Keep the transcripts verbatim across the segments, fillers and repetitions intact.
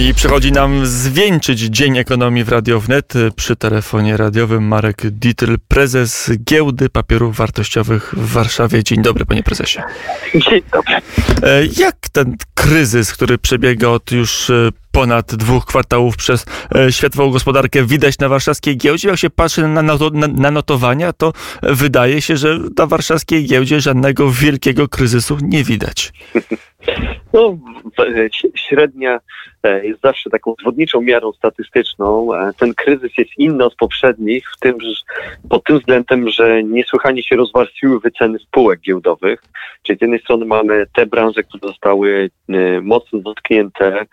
I przychodzi nam zwieńczyć Dzień Ekonomii w Radio Wnet. Przy telefonie radiowym Marek Dietl, prezes Giełdy Papierów Wartościowych w Warszawie. Dzień dobry, panie prezesie. Dzień dobry. Jak ten kryzys, który przebiega od już ponad dwóch kwartałów przez światową gospodarkę, widać na warszawskiej giełdzie? Jak się patrzy na, na, na notowania, to wydaje się, że na warszawskiej giełdzie żadnego wielkiego kryzysu nie widać. No, średnia jest zawsze taką zwodniczą miarą statystyczną. Ten kryzys jest inny od poprzednich w tym, że, pod tym względem, że niesłychanie się rozwarstwiły wyceny spółek giełdowych. Czyli z jednej strony mamy te branże, które zostały mocno dotknięte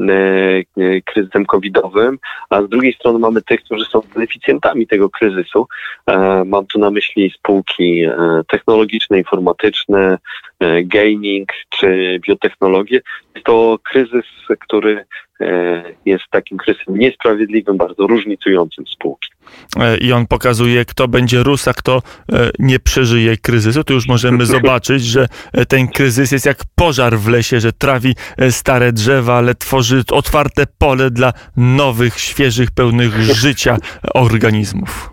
kryzysem covidowym, a z drugiej strony mamy tych, którzy są beneficjentami tego kryzysu. Mam tu na myśli spółki technologiczne, informatyczne, gaming czy biotechnologie. Jest to kryzys, który jest takim kryzysem niesprawiedliwym, bardzo różnicującym spółki. I on pokazuje, kto będzie rósł, a kto nie przeżyje kryzysu. Tu już możemy zobaczyć, że ten kryzys jest jak pożar w lesie, że trawi stare drzewa, ale tworzy otwarte pole dla nowych, świeżych, pełnych życia organizmów.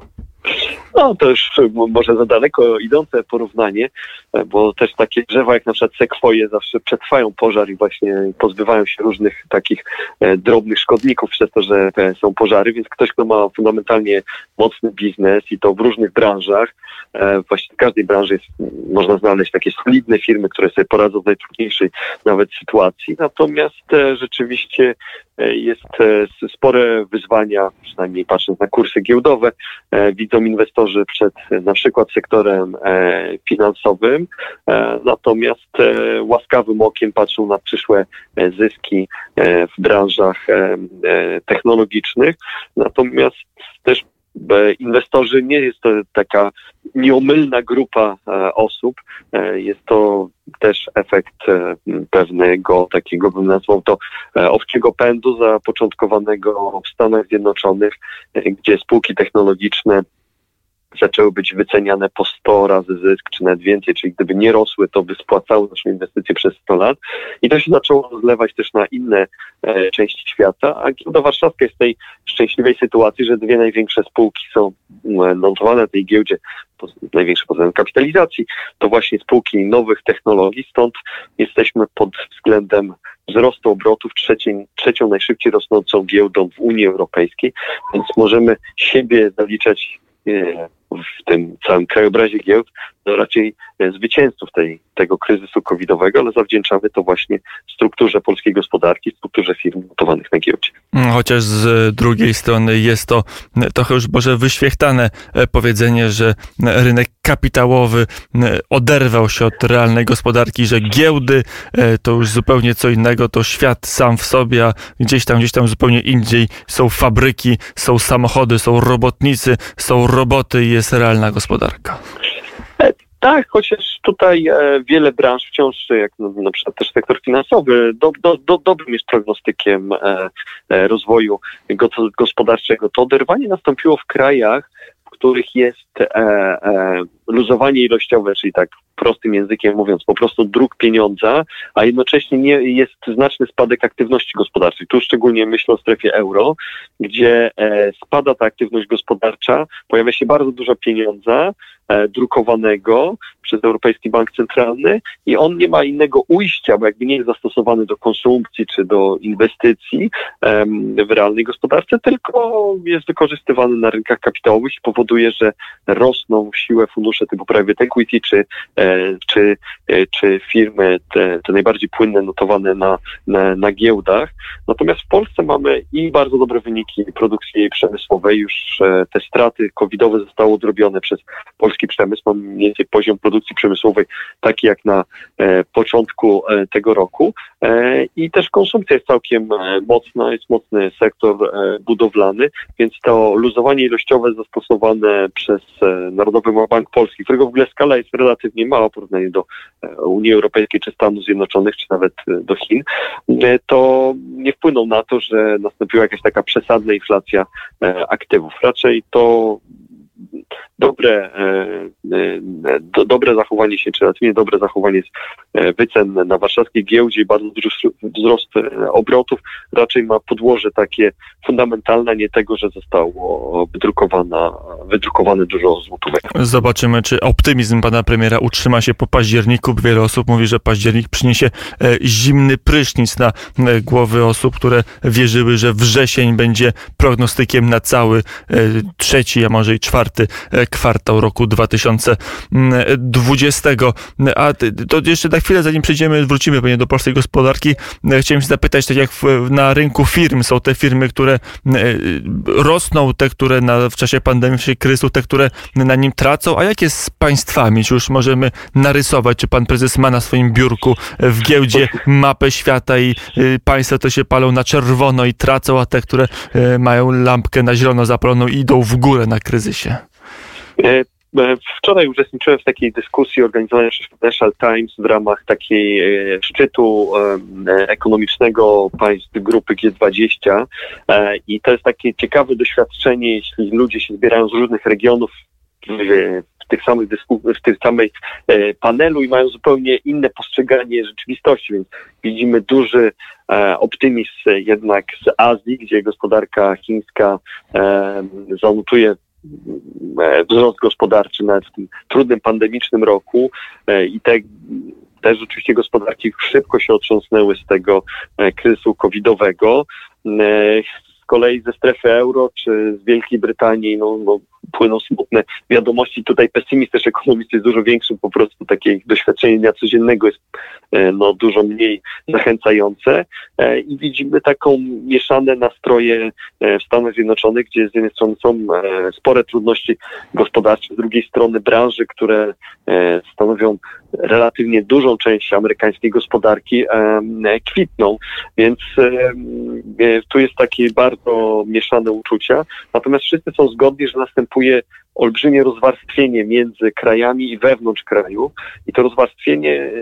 No to już może za daleko idące porównanie, bo też takie drzewa jak na przykład sekwoje zawsze przetrwają pożar i właśnie pozbywają się różnych takich drobnych szkodników przez to, że są pożary, więc ktoś, kto ma fundamentalnie mocny biznes i to w różnych branżach, właśnie w każdej branży jest, można znaleźć takie solidne firmy, które sobie poradzą w najtrudniejszej nawet sytuacji, natomiast rzeczywiście jest spore wyzwania, przynajmniej patrząc na kursy giełdowe, widzą inwestorzy przed na przykład sektorem finansowym, natomiast łaskawym okiem patrzą na przyszłe zyski w branżach technologicznych, natomiast też inwestorzy nie jest to taka nieomylna grupa osób, jest to też efekt pewnego takiego, bym nazwał to, owczego pędu zapoczątkowanego w Stanach Zjednoczonych, gdzie spółki technologiczne zaczęły być wyceniane po sto razy zysk, czy nawet więcej, czyli gdyby nie rosły, to by spłacały naszą inwestycję przez sto lat. I to się zaczęło rozlewać też na inne e, części świata, a giełda warszawska jest w tej szczęśliwej sytuacji, że dwie największe spółki są notowane na tej giełdzie, największe pod względem kapitalizacji, to właśnie spółki nowych technologii, stąd jesteśmy pod względem wzrostu obrotów trzecią, trzecią najszybciej rosnącą giełdą w Unii Europejskiej, więc możemy siebie zaliczać w tym całym krajobrazie giełd no raczej zwycięzców tej, tego kryzysu covidowego, ale zawdzięczamy to właśnie strukturze polskiej gospodarki, strukturze firm notowanych na giełdzie. Chociaż z drugiej strony jest to trochę już może wyświechtane powiedzenie, że rynek kapitałowy oderwał się od realnej gospodarki, że giełdy to już zupełnie co innego, to świat sam w sobie, a gdzieś tam, gdzieś tam zupełnie indziej są fabryki, są samochody, są robotnicy, są roboty i jest realna gospodarka. Tak, chociaż tutaj e, wiele branż wciąż, jak no, na przykład też sektor finansowy, do, do, do, dobrym jest prognostykiem e, e, rozwoju go, gospodarczego. To oderwanie nastąpiło w krajach, w których jest e, e, luzowanie ilościowe, czyli tak prostym językiem mówiąc, po prostu druk pieniądza, a jednocześnie nie jest znaczny spadek aktywności gospodarczej. Tu szczególnie myślę o strefie euro, gdzie e, spada ta aktywność gospodarcza, pojawia się bardzo dużo pieniądza e, drukowanego przez Europejski Bank Centralny i on nie ma innego ujścia, bo jakby nie jest zastosowany do konsumpcji czy do inwestycji e, w realnej gospodarce, tylko jest wykorzystywany na rynkach kapitałowych i powoduje, że rosną w siłę fundusze typu private equity czy e, Czy, czy firmy te, te najbardziej płynne, notowane na, na, na giełdach. Natomiast w Polsce mamy i bardzo dobre wyniki produkcji przemysłowej. Już te straty covidowe zostały odrobione przez polski przemysł. Mamy mniej więcej poziom produkcji przemysłowej taki jak na e, początku e, tego roku. E, I też konsumpcja jest całkiem e, mocna, jest mocny sektor e, budowlany, więc to luzowanie ilościowe zastosowane przez e, Narodowy Bank Polski, którego w ogóle skala jest relatywnie mała w porównaniu do Unii Europejskiej, czy Stanów Zjednoczonych, czy nawet do Chin, to nie wpłyną na to, że nastąpiła jakaś taka przesadna inflacja aktywów. Raczej to dobre, do, dobre zachowanie się, czy raczej dobre zachowanie wycen na warszawskiej giełdzie i bardzo duży wzrost obrotów raczej ma podłoże takie fundamentalne, nie tego, że zostało wydrukowana, wydrukowane dużo złotówek. Zobaczymy, czy optymizm pana premiera utrzyma się po październiku. Wiele osób mówi, że październik przyniesie zimny prysznic na głowy osób, które wierzyły, że wrzesień będzie prognostykiem na cały trzeci, a może i czwarty kwartał roku dwa tysiące dwudziestego. A to jeszcze na chwilę, zanim przejdziemy, wrócimy pewnie do polskiej gospodarki, chciałem się zapytać, tak jak w, na rynku firm są te firmy, które rosną, te, które na, w czasie pandemii, w czasie kryzysu, te, które na nim tracą, a jak jest z państwami? Czy już możemy narysować, czy pan prezes ma na swoim biurku w giełdzie mapę świata i państwa to się palą na czerwono i tracą, a te, które mają lampkę na zielono zapaloną, idą w górę na kryzysie? Wczoraj uczestniczyłem w takiej dyskusji organizowanej przez Financial Times w ramach takiej e, szczytu e, ekonomicznego państw grupy G dwadzieścia e, i to jest takie ciekawe doświadczenie, jeśli ludzie się zbierają z różnych regionów w, w tych samych dysku, w tym samej e, panelu i mają zupełnie inne postrzeganie rzeczywistości, więc widzimy duży e, optymizm jednak z Azji, gdzie gospodarka chińska e, zanotuje wzrost gospodarczy nawet w tym trudnym pandemicznym roku i te też oczywiście gospodarki szybko się otrząsnęły z tego kryzysu covidowego. Z kolei ze strefy euro czy z Wielkiej Brytanii no, no, płyną smutne wiadomości. Tutaj pesymizm też ekonomistyczny jest dużo większy, po prostu takie doświadczenie dnia codziennego jest no, dużo mniej zachęcające i widzimy taką mieszane nastroje w Stanach Zjednoczonych, gdzie z jednej strony są spore trudności gospodarcze, z drugiej strony branże, które stanowią relatywnie dużą część amerykańskiej gospodarki, kwitną, więc tu jest takie bardzo mieszane uczucia. Natomiast wszyscy są zgodni, że następuje olbrzymie rozwarstwienie między krajami i wewnątrz kraju i to rozwarstwienie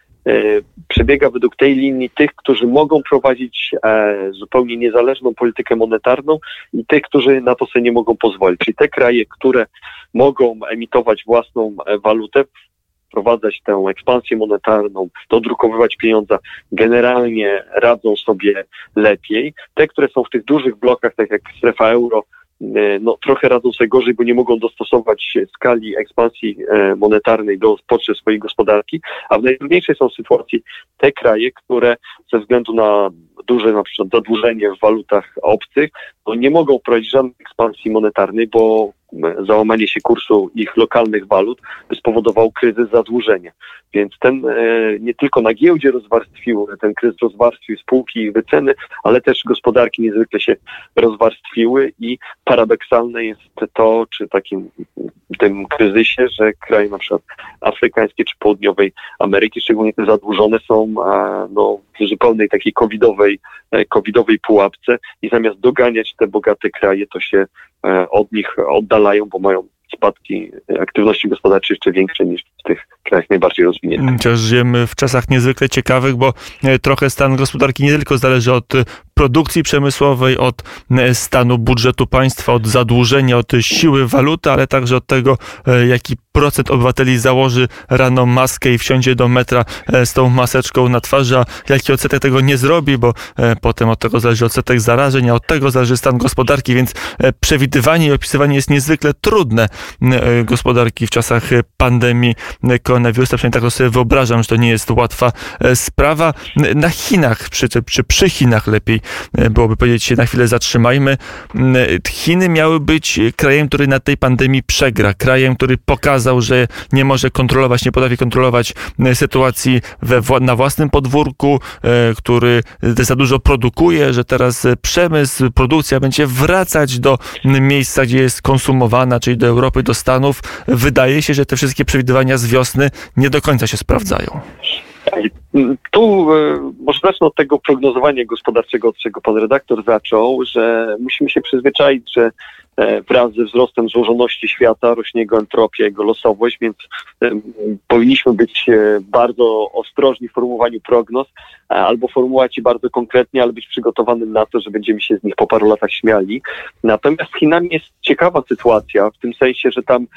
przebiega według tej linii tych, którzy mogą prowadzić zupełnie niezależną politykę monetarną i tych, którzy na to sobie nie mogą pozwolić. Czyli te kraje, które mogą emitować własną walutę, wprowadzać tę ekspansję monetarną, dodrukowywać pieniądze, generalnie radzą sobie lepiej. Te, które są w tych dużych blokach, tak jak strefa euro, no trochę radzą sobie gorzej, bo nie mogą dostosować skali ekspansji monetarnej do potrzeb swojej gospodarki, a w najtrudniejszej są sytuacji te kraje, które ze względu na duże na przykład zadłużenie w walutach obcych, no nie mogą prowadzić żadnej ekspansji monetarnej, bo załamanie się kursu ich lokalnych walut spowodował kryzys zadłużenia. Więc ten e, nie tylko na giełdzie rozwarstwił, ten kryzys rozwarstwił spółki i wyceny, ale też gospodarki niezwykle się rozwarstwiły i paradoksalne jest to, czy takim tym kryzysie, że kraje na przykład afrykańskie czy południowej Ameryki, szczególnie te zadłużone, są a, no, w zupełnej takiej covidowej, covidowej pułapce i zamiast doganiać te bogate kraje, to się e, od nich oddalają, bo mają spadki aktywności gospodarczej jeszcze większe niż w tych krajach najbardziej rozwiniętych. Chociaż żyjemy w czasach niezwykle ciekawych, bo trochę stan gospodarki nie tylko zależy od produkcji przemysłowej, od stanu budżetu państwa, od zadłużenia, od siły waluty, ale także od tego, jaki procent obywateli założy rano maskę i wsiądzie do metra z tą maseczką na twarzy, a jaki odsetek tego nie zrobi, bo potem od tego zależy odsetek zarażeń, a od tego zależy stan gospodarki, więc przewidywanie i opisywanie jest niezwykle trudne gospodarki w czasach pandemii koronawirusa. Przynajmniej tak to sobie wyobrażam, że to nie jest łatwa sprawa. Na Chinach, czy, czy przy Chinach lepiej byłoby powiedzieć, się na chwilę zatrzymajmy. Chiny miały być krajem, który na tej pandemii przegra, krajem, który pokazał, że nie może kontrolować, nie potrafi kontrolować sytuacji we, na własnym podwórku, który za dużo produkuje, że teraz przemysł, produkcja będzie wracać do miejsca, gdzie jest konsumowana, czyli do Europy, do Stanów. Wydaje się, że te wszystkie przewidywania z wiosny nie do końca się sprawdzają. Tu może zacznę od tego prognozowania gospodarczego, od czego pan redaktor zaczął, że musimy się przyzwyczaić, że wraz ze wzrostem złożoności świata rośnie jego entropia, jego losowość, więc powinniśmy być bardzo ostrożni w formułowaniu prognoz, albo formułować je bardzo konkretnie, ale być przygotowanym na to, że będziemy się z nich po paru latach śmiali. Natomiast z Chinami jest ciekawa sytuacja, w tym sensie, że tam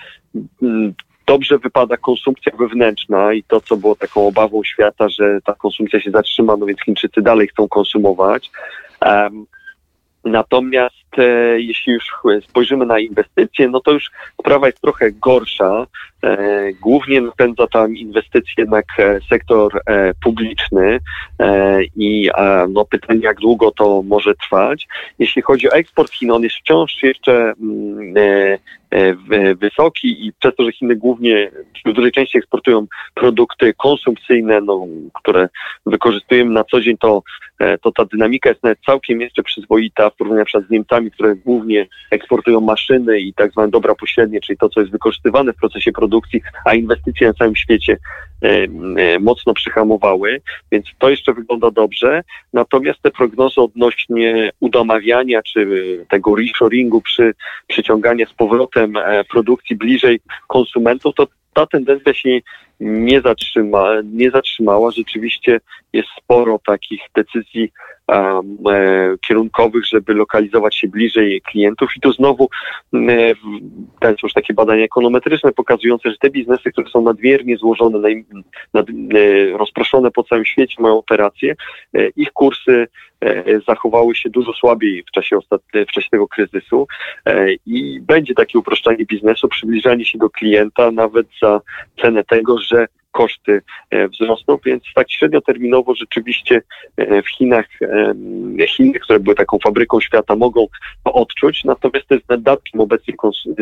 dobrze wypada konsumpcja wewnętrzna i to, co było taką obawą świata, że ta konsumpcja się zatrzyma, no więc Chińczycy dalej chcą konsumować. Um, Natomiast e, jeśli już spojrzymy na inwestycje, no to już sprawa jest trochę gorsza. E, głównie napędza tam inwestycje jednak e, sektor e, publiczny e, i e, no pytanie, jak długo to może trwać. Jeśli chodzi o eksport Chin, on jest wciąż jeszcze mm, e, e, wysoki i przez to, że Chiny głównie w dużej części eksportują produkty konsumpcyjne, no, które wykorzystujemy na co dzień, to, e, to ta dynamika jest nawet całkiem jeszcze przyzwoita w porównaniu na przykład z Niemcami, które głównie eksportują maszyny i tak zwane dobra pośrednie, czyli to, co jest wykorzystywane w procesie produkcji, a inwestycje na całym świecie e, e, mocno przyhamowały, więc to jeszcze wygląda dobrze. Natomiast te prognozy odnośnie udomawiania czy tego reshoringu przy przyciąganiu z powrotem e, produkcji bliżej konsumentów, to ta tendencja się nie zatrzyma, nie zatrzymała. Rzeczywiście jest sporo takich decyzji um, e, kierunkowych, żeby lokalizować się bliżej klientów i tu znowu e, to są już takie badania ekonometryczne pokazujące, że te biznesy, które są nadmiernie złożone, nad, nad, e, rozproszone po całym świecie, mają operacje, e, ich kursy e, zachowały się dużo słabiej w czasie, ostatnie, w czasie tego kryzysu e, i będzie takie uproszczanie biznesu, przybliżanie się do klienta nawet za cenę tego, że koszty wzrosną, więc tak średnioterminowo rzeczywiście w Chinach, Chiny, które były taką fabryką świata, mogą to odczuć, natomiast to jest naddatkiem obecnie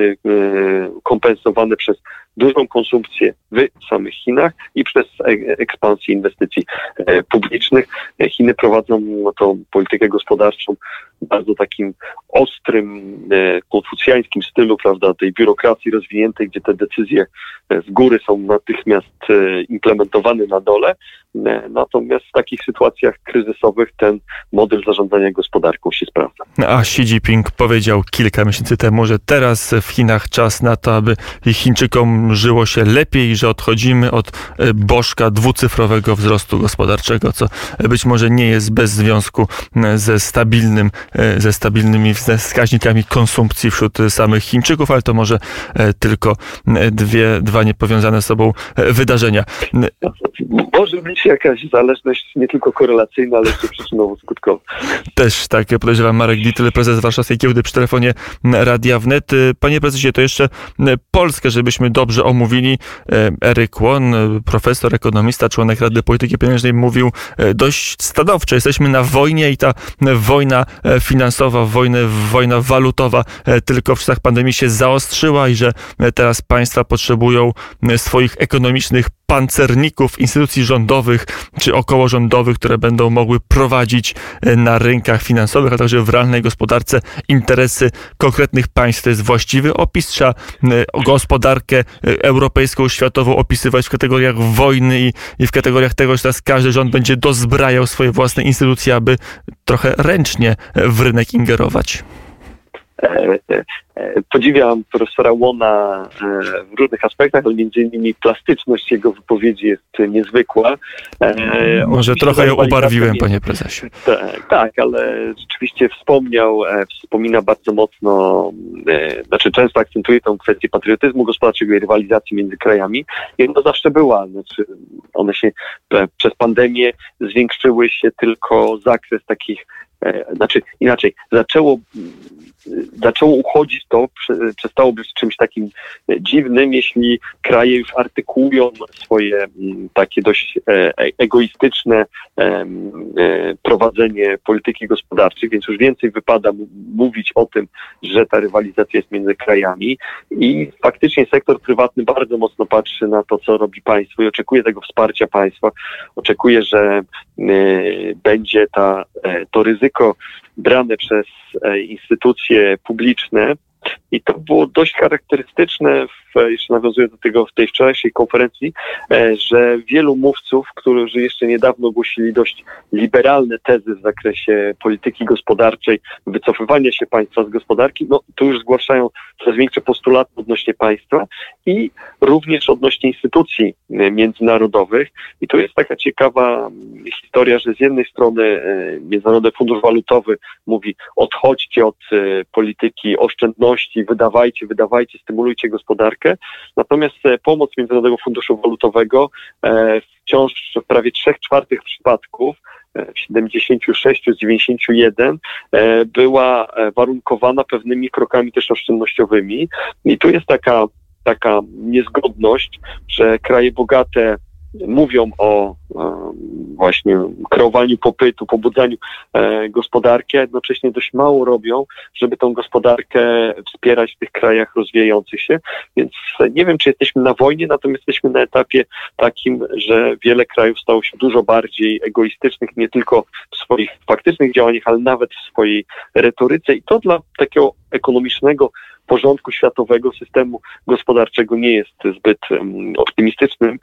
kompensowane przez dużą konsumpcję w samych Chinach i przez ekspansję inwestycji publicznych. Chiny prowadzą tą politykę gospodarczą w bardzo takim ostrym, konfucjańskim stylu, prawda, tej biurokracji rozwiniętej, gdzie te decyzje z góry są natychmiast implementowane na dole. Natomiast w takich sytuacjach kryzysowych ten model zarządzania gospodarką się sprawdza. A Xi Jinping powiedział kilka miesięcy temu, że teraz w Chinach czas na to, aby Chińczykom żyło się lepiej, że odchodzimy od bożka dwucyfrowego wzrostu gospodarczego, co być może nie jest bez związku ze stabilnym, ze stabilnymi wskaźnikami konsumpcji wśród samych Chińczyków, ale to może tylko dwie, dwa niepowiązane z sobą wydarzenia. Może być jakaś zależność nie tylko korelacyjna, ale jeszcze przyczynowo-skutkowa. Też tak podejrzewam. Marek Dietl, prezes Warszawskiej Giełdy, przy telefonie Radia Wnet. Panie prezesie, to jeszcze Polskę, żebyśmy dobrze omówili. Eryk Łon, profesor, ekonomista, członek Rady Polityki Pieniężnej, mówił dość stanowczo. Jesteśmy na wojnie i ta wojna finansowa, wojna, wojna walutowa tylko w czasach pandemii się zaostrzyła i że teraz państwa potrzebują swoich ekonomicznych pancerników, instytucji rządowych czy okołorządowych, które będą mogły prowadzić na rynkach finansowych, a także w realnej gospodarce interesy konkretnych państw. To jest właściwy opis. Trzeba gospodarkę europejską, światową opisywać w kategoriach wojny i, i w kategoriach tego, że teraz każdy rząd będzie dozbrajał swoje własne instytucje, aby trochę ręcznie w rynek ingerować. Podziwiam profesora Łona w różnych aspektach, ale między innymi plastyczność jego wypowiedzi jest niezwykła. Może trochę ją ubarwiłem, panie prezesie. Tak, tak, ale rzeczywiście wspomniał, wspomina bardzo mocno, znaczy często akcentuje tę kwestię patriotyzmu gospodarczego i rywalizacji między krajami. I ona zawsze była. Znaczy one się przez pandemię zwiększyły się tylko zakres takich, znaczy inaczej, zaczęło zaczęło uchodzić to, przestało być czymś takim dziwnym, jeśli kraje już artykułują swoje takie dość egoistyczne prowadzenie polityki gospodarczej, więc już więcej wypada mówić o tym, że ta rywalizacja jest między krajami i faktycznie sektor prywatny bardzo mocno patrzy na to, co robi państwo i oczekuje tego wsparcia państwa, oczekuje, że będzie ta, to ryzyko brane przez instytucje publiczne I to było dość charakterystyczne, w, jeszcze nawiązuję do tego w tej wczorajszej konferencji, że wielu mówców, którzy jeszcze niedawno głosili dość liberalne tezy w zakresie polityki gospodarczej, wycofywania się państwa z gospodarki, no tu już zgłaszają coraz większe postulaty odnośnie państwa i również odnośnie instytucji międzynarodowych. I tu jest taka ciekawa historia, że z jednej strony Międzynarodowy Fundusz Walutowy mówi: odchodźcie od polityki oszczędności, wydawajcie, wydawajcie, stymulujcie gospodarkę. Natomiast pomoc Międzynarodowego Funduszu Walutowego wciąż w prawie trzech czwartych przypadków, w siedemdziesiąt sześć z dziewięćdziesięciu jeden, była warunkowana pewnymi krokami też oszczędnościowymi. I tu jest taka, taka niezgodność, że kraje bogate mówią o e, właśnie kreowaniu popytu, pobudzaniu e, gospodarki, a jednocześnie dość mało robią, żeby tą gospodarkę wspierać w tych krajach rozwijających się. Więc nie wiem, czy jesteśmy na wojnie, natomiast jesteśmy na etapie takim, że wiele krajów stało się dużo bardziej egoistycznych, nie tylko w swoich faktycznych działaniach, ale nawet w swojej retoryce. I to dla takiego ekonomicznego porządku światowego, systemu gospodarczego nie jest zbyt um, optymistycznym.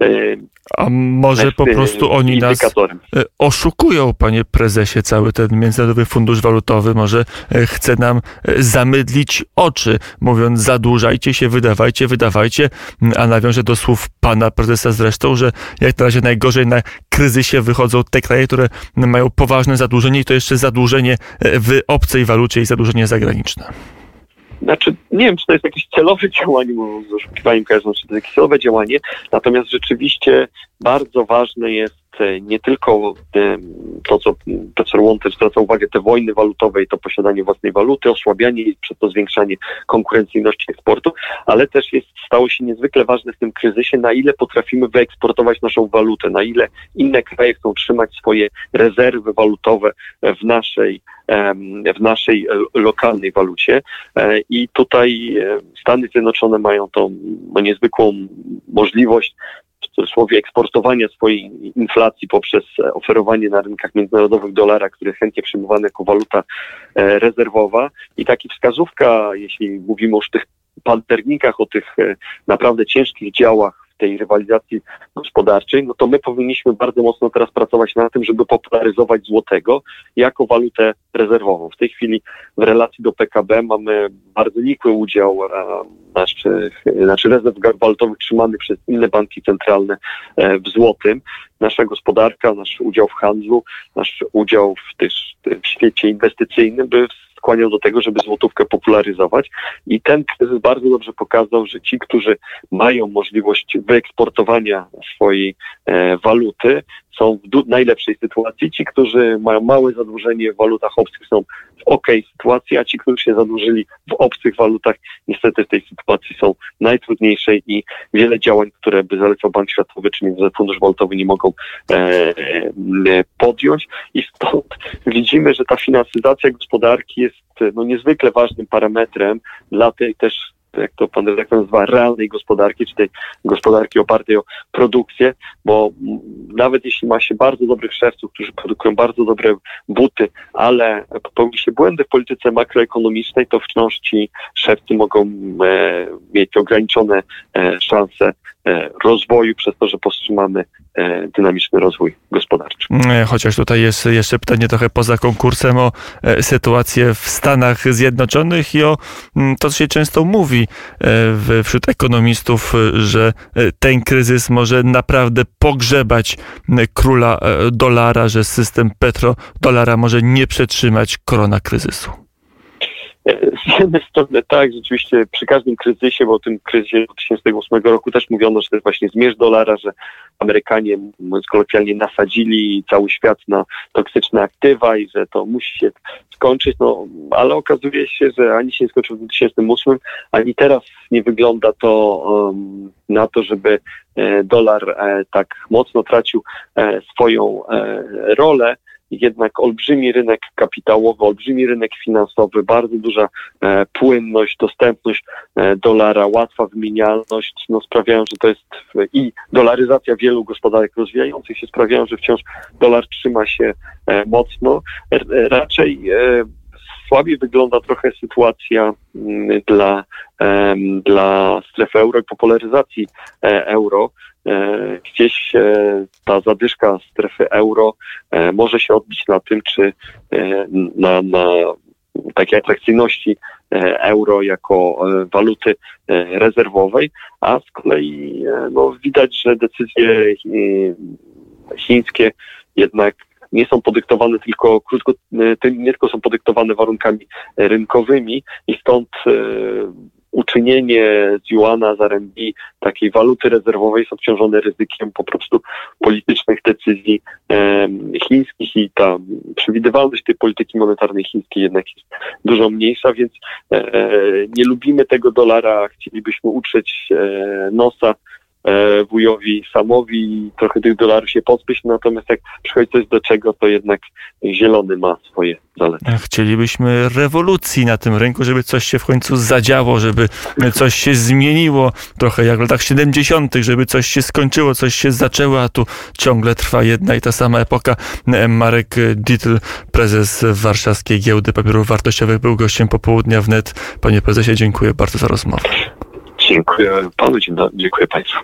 A może po prostu oni nas oszukują, panie prezesie, cały ten Międzynarodowy Fundusz Walutowy może chce nam zamydlić oczy, mówiąc: zadłużajcie się, wydawajcie, wydawajcie, a nawiążę do słów pana prezesa zresztą, że jak na razie najgorzej na kryzysie wychodzą te kraje, które mają poważne zadłużenie i to jeszcze zadłużenie w obcej walucie i zadłużenie zagraniczne. Znaczy, nie wiem, czy to jest jakieś celowe działanie, bo z oszukiwaniem kojarzą, czy to jest jakieś celowe działanie, natomiast rzeczywiście bardzo ważne jest nie tylko to, co profesor Łątecz zwraca uwagę, te wojny walutowe i to posiadanie własnej waluty, osłabianie i przez to zwiększanie konkurencyjności eksportu, ale też jest, stało się niezwykle ważne w tym kryzysie, na ile potrafimy wyeksportować naszą walutę, na ile inne kraje chcą trzymać swoje rezerwy walutowe w naszej w naszej lokalnej walucie. I tutaj Stany Zjednoczone mają tą no, niezwykłą możliwość w cudzysłowie eksportowania swojej inflacji poprzez oferowanie na rynkach międzynarodowych dolara, który jest chętnie przyjmowany jako waluta rezerwowa. I taki wskazówka, jeśli mówimy już o tych panternikach, o tych naprawdę ciężkich działach w tej rywalizacji gospodarczej, no to my powinniśmy bardzo mocno teraz pracować na tym, żeby popularyzować złotego jako walutę rezerwową. W tej chwili w relacji do P K B mamy bardzo nikły udział naszych, znaczy rezerw walutowych trzymanych przez inne banki centralne w złotym. Nasza gospodarka, nasz udział w handlu, nasz udział w, też, w świecie inwestycyjnym by skłaniał do tego, żeby złotówkę popularyzować. I ten kryzys bardzo dobrze pokazał, że ci, którzy mają możliwość wyeksportowania swojej e, waluty, są w du- najlepszej sytuacji. Ci, którzy mają małe zadłużenie w walutach obcych, są w okej sytuacji, a ci, którzy się zadłużyli w obcych walutach, niestety w tej sytuacji są najtrudniejszej i wiele działań, które by zalecał Bank Światowy czy Międzynarodowy Fundusz Walutowy, nie mogą e, e, podjąć. I stąd widzimy, że ta finansyzacja gospodarki jest no, niezwykle ważnym parametrem dla tej też, jak to pan redaktor nazywa, realnej gospodarki, czy tej gospodarki opartej o produkcję, bo nawet jeśli ma się bardzo dobrych szewców, którzy produkują bardzo dobre buty, ale popełni się błędy w polityce makroekonomicznej, to wciąż ci szewcy mogą e, mieć ograniczone e, szanse e, rozwoju przez to, że powstrzymamy e, dynamiczny rozwój gospodarczy. Chociaż tutaj jest jeszcze pytanie trochę poza konkursem o e, sytuację w Stanach Zjednoczonych i o m, to, co się często mówi e, w, wśród ekonomistów, że e, ten kryzys może naprawdę pogrzebać e, króla e, dolara, że system petrodolara może nie przetrzymać koronakryzysu. Z jednej strony tak, rzeczywiście przy każdym kryzysie, bo o tym kryzysie dwa tysiące ósmego roku też mówiono, że to jest właśnie zmierzch dolara, że Amerykanie, mówiąc kolokwialnie, nasadzili cały świat na toksyczne aktywa i że to musi się skończyć, no ale okazuje się, że ani się nie skończył w dwa tysiące ósmym, ani teraz nie wygląda to um, na to, żeby e, dolar e, tak mocno tracił e, swoją e, rolę. Jednak olbrzymi rynek kapitałowy, olbrzymi rynek finansowy, bardzo duża e, płynność, dostępność e, dolara, łatwa wymienialność, no sprawiają, że to jest i dolaryzacja wielu gospodarek rozwijających się sprawiają, że wciąż dolar trzyma się e, mocno. E, raczej e, słabiej wygląda trochę sytuacja dla, dla strefy euro i popularyzacji euro. Gdzieś ta zadyszka strefy euro może się odbić na tym, czy na, na takiej atrakcyjności euro jako waluty rezerwowej, a z kolei no, widać, że decyzje chińskie jednak nie są podyktowane tylko krótko, nie tylko są podyktowane warunkami rynkowymi i stąd uczynienie z juana, z R M B takiej waluty rezerwowej jest obciążone ryzykiem po prostu politycznych decyzji e, chińskich i ta przewidywalność tej polityki monetarnej chińskiej jednak jest dużo mniejsza, więc e, nie lubimy tego dolara, chcielibyśmy utrzeć e, nosa wujowi Samowi, trochę tych dolarów się pozbyć, natomiast jak przychodzi coś do czego, to jednak zielony ma swoje zalety. Chcielibyśmy rewolucji na tym rynku, żeby coś się w końcu zadziało, żeby coś się zmieniło, trochę jak w latach siedemdziesiątych, żeby coś się skończyło, coś się zaczęło, a tu ciągle trwa jedna i ta sama epoka. Marek Dietl, prezes Warszawskiej Giełdy Papierów Wartościowych, był gościem popołudnia wnet. Panie prezesie, dziękuję bardzo za rozmowę. Dziękuję panu, dziękuję państwu.